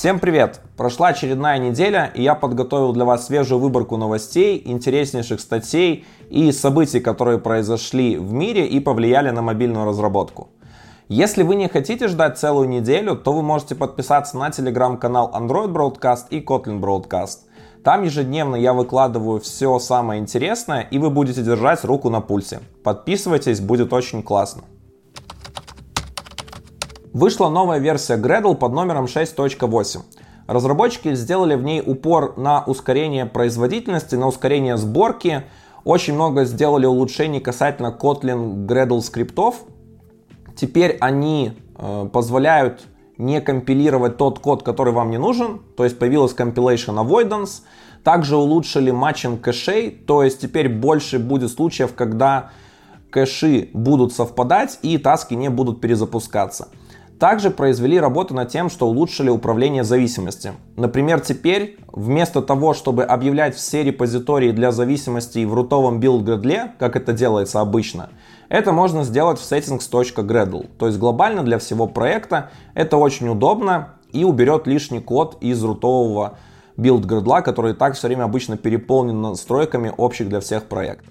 Всем привет! Прошла очередная неделя, и я подготовил для вас свежую выборку новостей, интереснейших статей и событий, которые произошли в мире и повлияли на мобильную разработку. Если вы не хотите ждать целую неделю, то вы можете подписаться на телеграм-канал Android Broadcast и Kotlin Broadcast. Там ежедневно я выкладываю все самое интересное, и вы будете держать руку на пульсе. Подписывайтесь, будет очень классно. Вышла новая версия Gradle под номером 6.8. Разработчики сделали в ней упор на ускорение производительности, на ускорение сборки. Очень много сделали улучшений касательно Kotlin Gradle скриптов. Теперь они позволяют не компилировать тот код, который вам не нужен. То есть появилась compilation avoidance. Также улучшили матчинг кэшей. То есть теперь больше будет случаев, когда кэши будут совпадать и таски не будут перезапускаться. Также произвели работу над тем, что улучшили управление зависимостью. Например, теперь вместо того, чтобы объявлять все репозитории для зависимостей в рутовом билд-градле, как это делается обычно, это можно сделать в settings.gradle. То есть глобально для всего проекта это очень удобно и уберет лишний код из рутового билд-градла, который и так все время обычно переполнен настройками общих для всех проектов.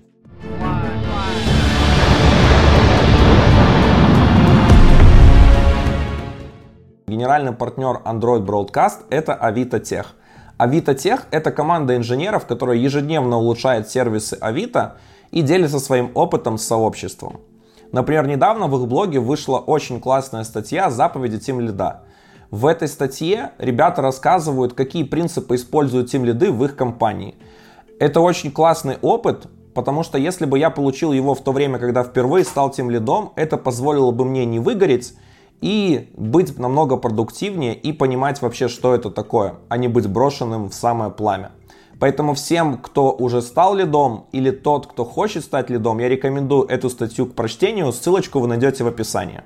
Генеральный партнер Android Broadcast — это Авито Тех. Авито Тех — это команда инженеров, которая ежедневно улучшает сервисы Авито и делится своим опытом с сообществом. Например, недавно в их блоге вышла очень классная статья «Заповеди тимлида». В этой статье ребята рассказывают, какие принципы используют тимлиды в их компании. Это очень классный опыт, потому что если бы я получил его в то время, когда впервые стал тимлидом, это позволило бы мне не выгореть и быть намного продуктивнее и понимать вообще, что это такое, а не быть брошенным в самое пламя. Поэтому всем, кто уже стал лидом или тот, кто хочет стать лидом, я рекомендую эту статью к прочтению, ссылочку вы найдете в описании.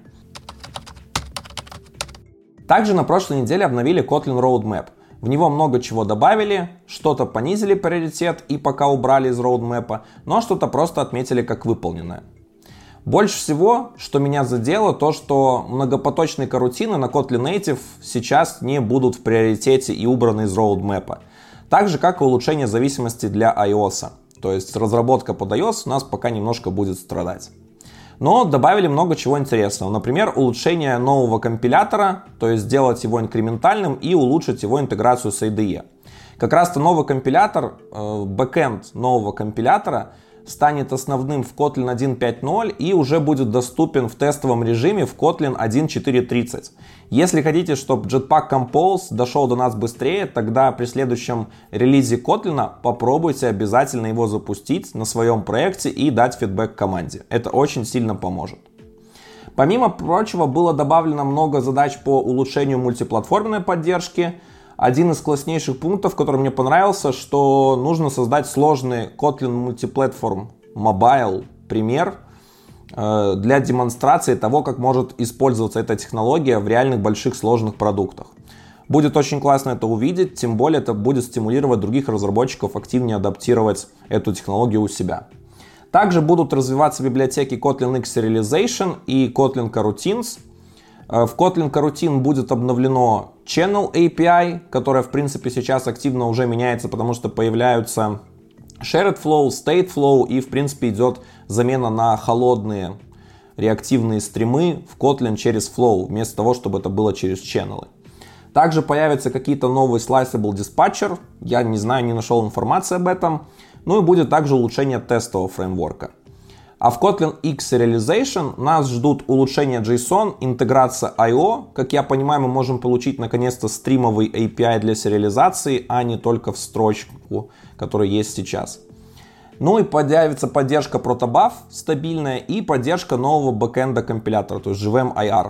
Также на прошлой неделе обновили Kotlin Roadmap. В него много чего добавили, что-то понизили приоритет и пока убрали из roadmap, но что-то просто отметили как выполненное. Больше всего, что меня задело, то, что многопоточные карутины на Kotlin Native сейчас не будут в приоритете и убраны из roadmap. Так же, как и улучшение зависимости для iOS. То есть разработка под iOS у нас пока немножко будет страдать. Но добавили много чего интересного. Например, улучшение нового компилятора, то есть сделать его инкрементальным и улучшить его интеграцию с IDE. Как раз-то новый компилятор, бэкэнд нового компилятора станет основным в Kotlin 1.5.0 и уже будет доступен в тестовом режиме в Kotlin 1.4.30. Если хотите, чтобы Jetpack Compose дошел до нас быстрее, тогда при следующем релизе Kotlin попробуйте обязательно его запустить на своем проекте и дать фидбэк команде. Это очень сильно поможет. Помимо прочего, было добавлено много задач по улучшению мультиплатформенной поддержки. Один из класснейших пунктов, который мне понравился, что нужно создать сложный Kotlin Multiplatform Mobile пример для демонстрации того, как может использоваться эта технология в реальных больших сложных продуктах. Будет очень классно это увидеть, тем более это будет стимулировать других разработчиков активнее адаптировать эту технологию у себя. Также будут развиваться библиотеки Kotlin X Serialization и Kotlin Coroutines. В Kotlin Coroutine будет обновлено Channel API, которая в принципе сейчас активно уже меняется, потому что появляются Shared Flow, State Flow и в принципе идет замена на холодные реактивные стримы в Kotlin через Flow, вместо того, чтобы это было через channel. Также появятся какие-то новые Sliceable Dispatcher, я не знаю, не нашел информации об этом. Ну и будет также улучшение тестового фреймворка. А в Kotlin X Serialization нас ждут улучшения JSON, интеграция I/O. Как я понимаю, мы можем получить наконец-то стримовый API для сериализации, а не только в строчку, которая есть сейчас. Ну и появится поддержка Protobuf стабильная и поддержка нового бэкэнда компилятора, то есть JVM-IR.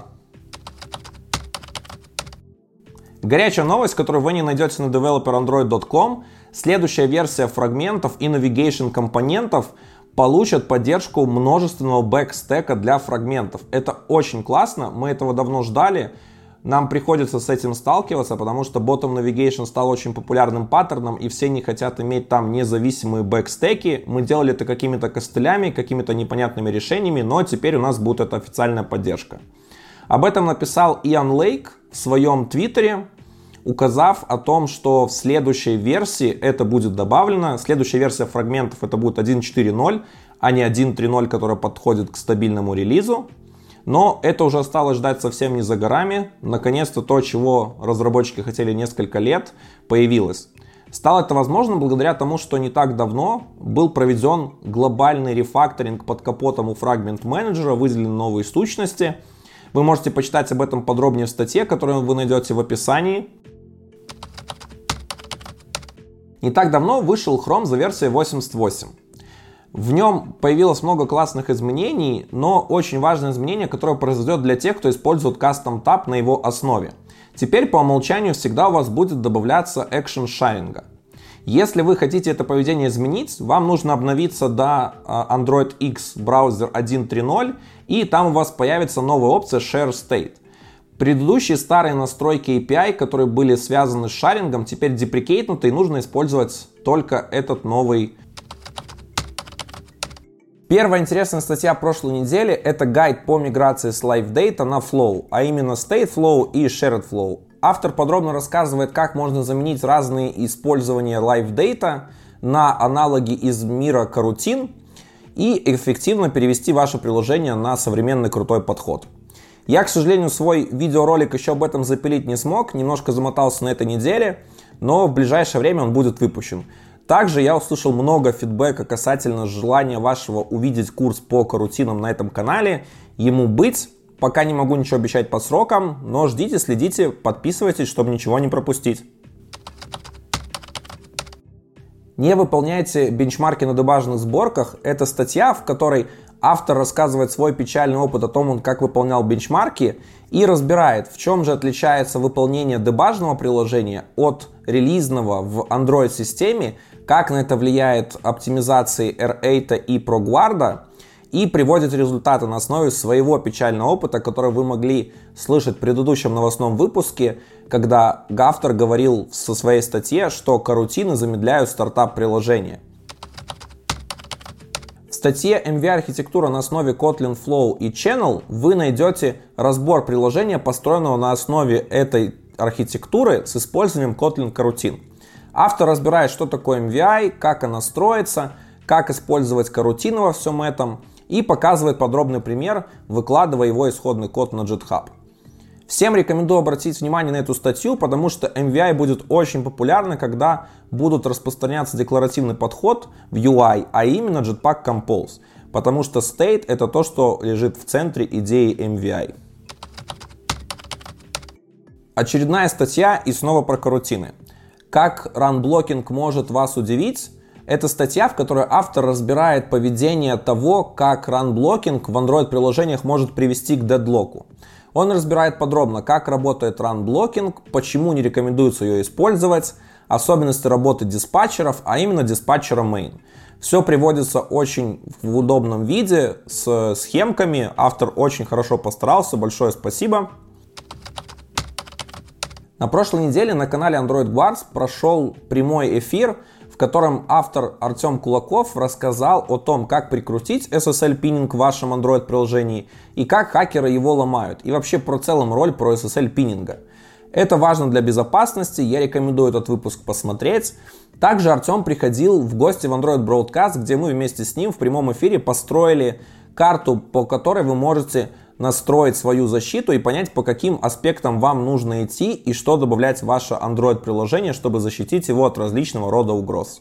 Горячая новость, которую вы не найдете на developerandroid.com. Следующая версия фрагментов и navigation компонентов получат поддержку множественного бэкстека для фрагментов. Это очень классно, мы этого давно ждали. Нам приходится с этим сталкиваться, потому что Bottom Navigation стал очень популярным паттерном, и все не хотят иметь там независимые бэкстеки. Мы делали это какими-то костылями, какими-то непонятными решениями, но теперь у нас будет эта официальная поддержка. Об этом написал Иан Лейк в своем твиттере. указав о том, что в следующей версии это будет добавлено. Следующая версия фрагментов это будет 1.4.0, а не 1.3.0, которая подходит к стабильному релизу. Но это уже осталось ждать совсем не за горами. Наконец-то то, чего разработчики хотели несколько лет, появилось. Стало это возможно благодаря тому, что не так давно был проведен глобальный рефакторинг под капотом у Fragment Manager, выделены новые сущности. Вы можете почитать об этом подробнее в статье, которую вы найдете в описании. Не так давно вышел Chrome за версией 88. В нем появилось много классных изменений, но очень важное изменение, которое произойдет для тех, кто использует Custom Tab на его основе. Теперь по умолчанию всегда у вас будет добавляться Action Sharing. Если вы хотите это поведение изменить, вам нужно обновиться до Android X браузер 1.3.0, и там у вас появится новая опция Share State. Предыдущие старые настройки API, которые были связаны с шарингом, теперь деприкейтнуты, и нужно использовать только этот новый. Первая интересная статья прошлой недели — это гайд по миграции с Live Data на Flow, а именно State Flow и Shared Flow. Автор подробно рассказывает, как можно заменить разные использования Live Data на аналоги из мира карутин и эффективно перевести ваше приложение на современный крутой подход. Я, к сожалению, свой видеоролик еще об этом запилить не смог, немножко замотался на этой неделе, но в ближайшее время он будет выпущен. Также я услышал много фидбэка касательно желания вашего увидеть курс по карутинам на этом канале. Ему быть. Пока не могу ничего обещать по срокам, но ждите, следите, подписывайтесь, чтобы ничего не пропустить. Не выполняйте бенчмарки на дебажных сборках. Это статья, в которой автор рассказывает свой печальный опыт о том, как выполнял бенчмарки, и разбирает, в чем же отличается выполнение дебажного приложения от релизного в Android-системе, как на это влияет оптимизации R8 и ProGuard, и приводит результаты на основе своего печального опыта, который вы могли слышать в предыдущем новостном выпуске, когда автор говорил со своей статье, что карутины замедляют стартап приложения. В статье MVI-архитектура на основе Kotlin Flow и Channel вы найдете разбор приложения, построенного на основе этой архитектуры с использованием Kotlin карутин. Автор разбирает, что такое MVI, как она строится, как использовать карутины во всем этом, и показывает подробный пример, выкладывая его исходный код на GitHub. Всем рекомендую обратить внимание на эту статью, потому что MVI будет очень популярны, когда будут распространяться декларативный подход в UI, а именно Jetpack Compose, потому что State — это то, что лежит в центре идеи MVI. Очередная статья и снова про карутины. Как run-блокинг может вас удивить? Это статья, в которой автор разбирает поведение того, как run-блокинг в Android-приложениях может привести к дедлоку. Он разбирает подробно, как работает run-блокинг, почему не рекомендуется ее использовать, особенности работы диспатчеров, а именно диспатчера main. Все приводится очень в удобном виде, с схемками. Автор очень хорошо постарался, большое спасибо. На прошлой неделе на канале Android Guards прошел прямой эфир, в котором автор Артем Кулаков рассказал о том, как прикрутить SSL-пиннинг в вашем Android-приложении и как хакеры его ломают, и вообще про целом роль про SSL-пиннинга. Это важно для безопасности, я рекомендую этот выпуск посмотреть. Также Артем приходил в гости в Android Broadcast, где мы вместе с ним в прямом эфире построили карту, по которой вы можете настроить свою защиту и понять, по каким аспектам вам нужно идти и что добавлять в ваше Android-приложение, чтобы защитить его от различного рода угроз.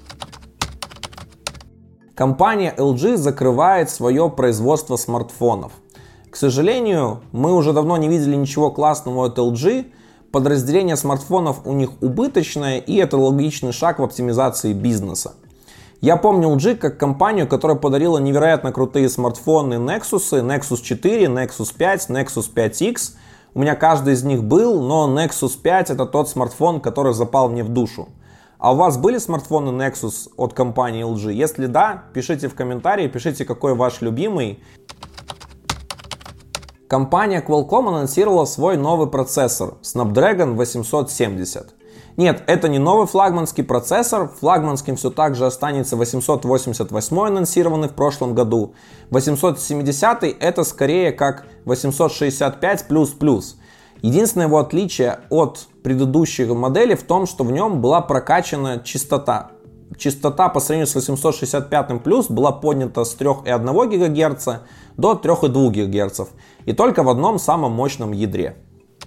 Компания LG закрывает свое производство смартфонов. К сожалению, мы уже давно не видели ничего классного от LG. Подразделение смартфонов у них убыточное, и это логичный шаг в оптимизации бизнеса. Я помню LG как компанию, которая подарила невероятно крутые смартфоны Nexus 4, Nexus 5, Nexus 5X. У меня каждый из них был, но Nexus 5 это тот смартфон, который запал мне в душу. А у вас были смартфоны Nexus от компании LG? Если да, пишите в комментарии, пишите, какой ваш любимый. Компания Qualcomm анонсировала свой новый процессор Snapdragon 870. Нет, это не новый флагманский процессор, флагманским все так же останется 888 анонсированный в прошлом году. 870 это скорее как 865++. Единственное его отличие от предыдущей модели в том, что в нем была прокачана частота. Частота по сравнению с 865 плюс была поднята с 3,1 ГГц до 3,2 ГГц. И только в одном самом мощном ядре.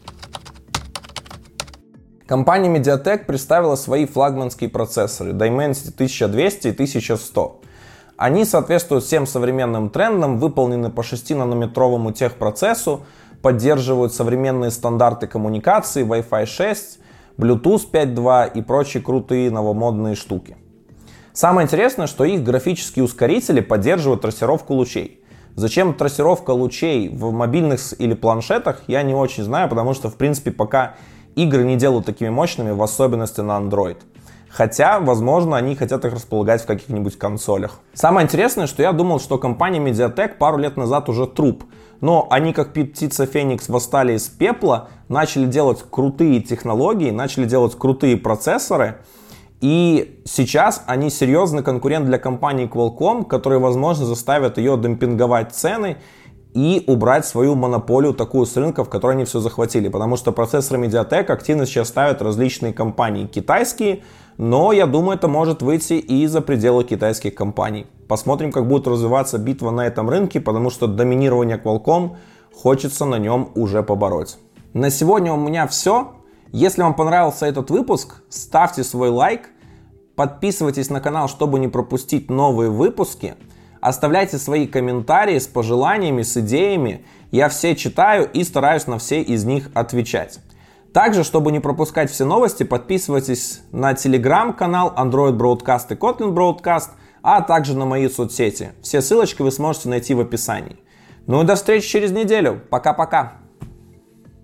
Компания MediaTek представила свои флагманские процессоры Dimensity 1200 и 1100. Они соответствуют всем современным трендам, выполнены по 6-нанометровому техпроцессу, поддерживают современные стандарты коммуникации Wi-Fi 6, Bluetooth 5.2 и прочие крутые новомодные штуки. Самое интересное, что их графические ускорители поддерживают трассировку лучей. Зачем трассировка лучей в мобильных или планшетах, я не очень знаю, потому что, в принципе, пока игры не делают такими мощными, в особенности на Android. Хотя, возможно, они хотят их располагать в каких-нибудь консолях. Самое интересное, что я думал, что компания MediaTek пару лет назад уже труп. Но они, как птица Феникс, восстали из пепла, начали делать крутые технологии, начали делать крутые процессоры. И сейчас они серьезный конкурент для компании Qualcomm, которые, возможно, заставят ее демпинговать цены и убрать свою монополию такую с рынка, в которой они все захватили. Потому что процессоры MediaTek активно сейчас ставят различные компании китайские, но я думаю, это может выйти и за пределы китайских компаний. Посмотрим, как будет развиваться битва на этом рынке, потому что доминирование Qualcomm хочется на нем уже побороть. На сегодня у меня все. Если вам понравился этот выпуск, ставьте свой лайк, подписывайтесь на канал, чтобы не пропустить новые выпуски. Оставляйте свои комментарии с пожеланиями, с идеями. Я все читаю и стараюсь на все из них отвечать. Также, чтобы не пропускать все новости, подписывайтесь на телеграм-канал Android Broadcast и Kotlin Broadcast, а также на мои соцсети. Все ссылочки вы сможете найти в описании. Ну и до встречи через неделю. Пока-пока.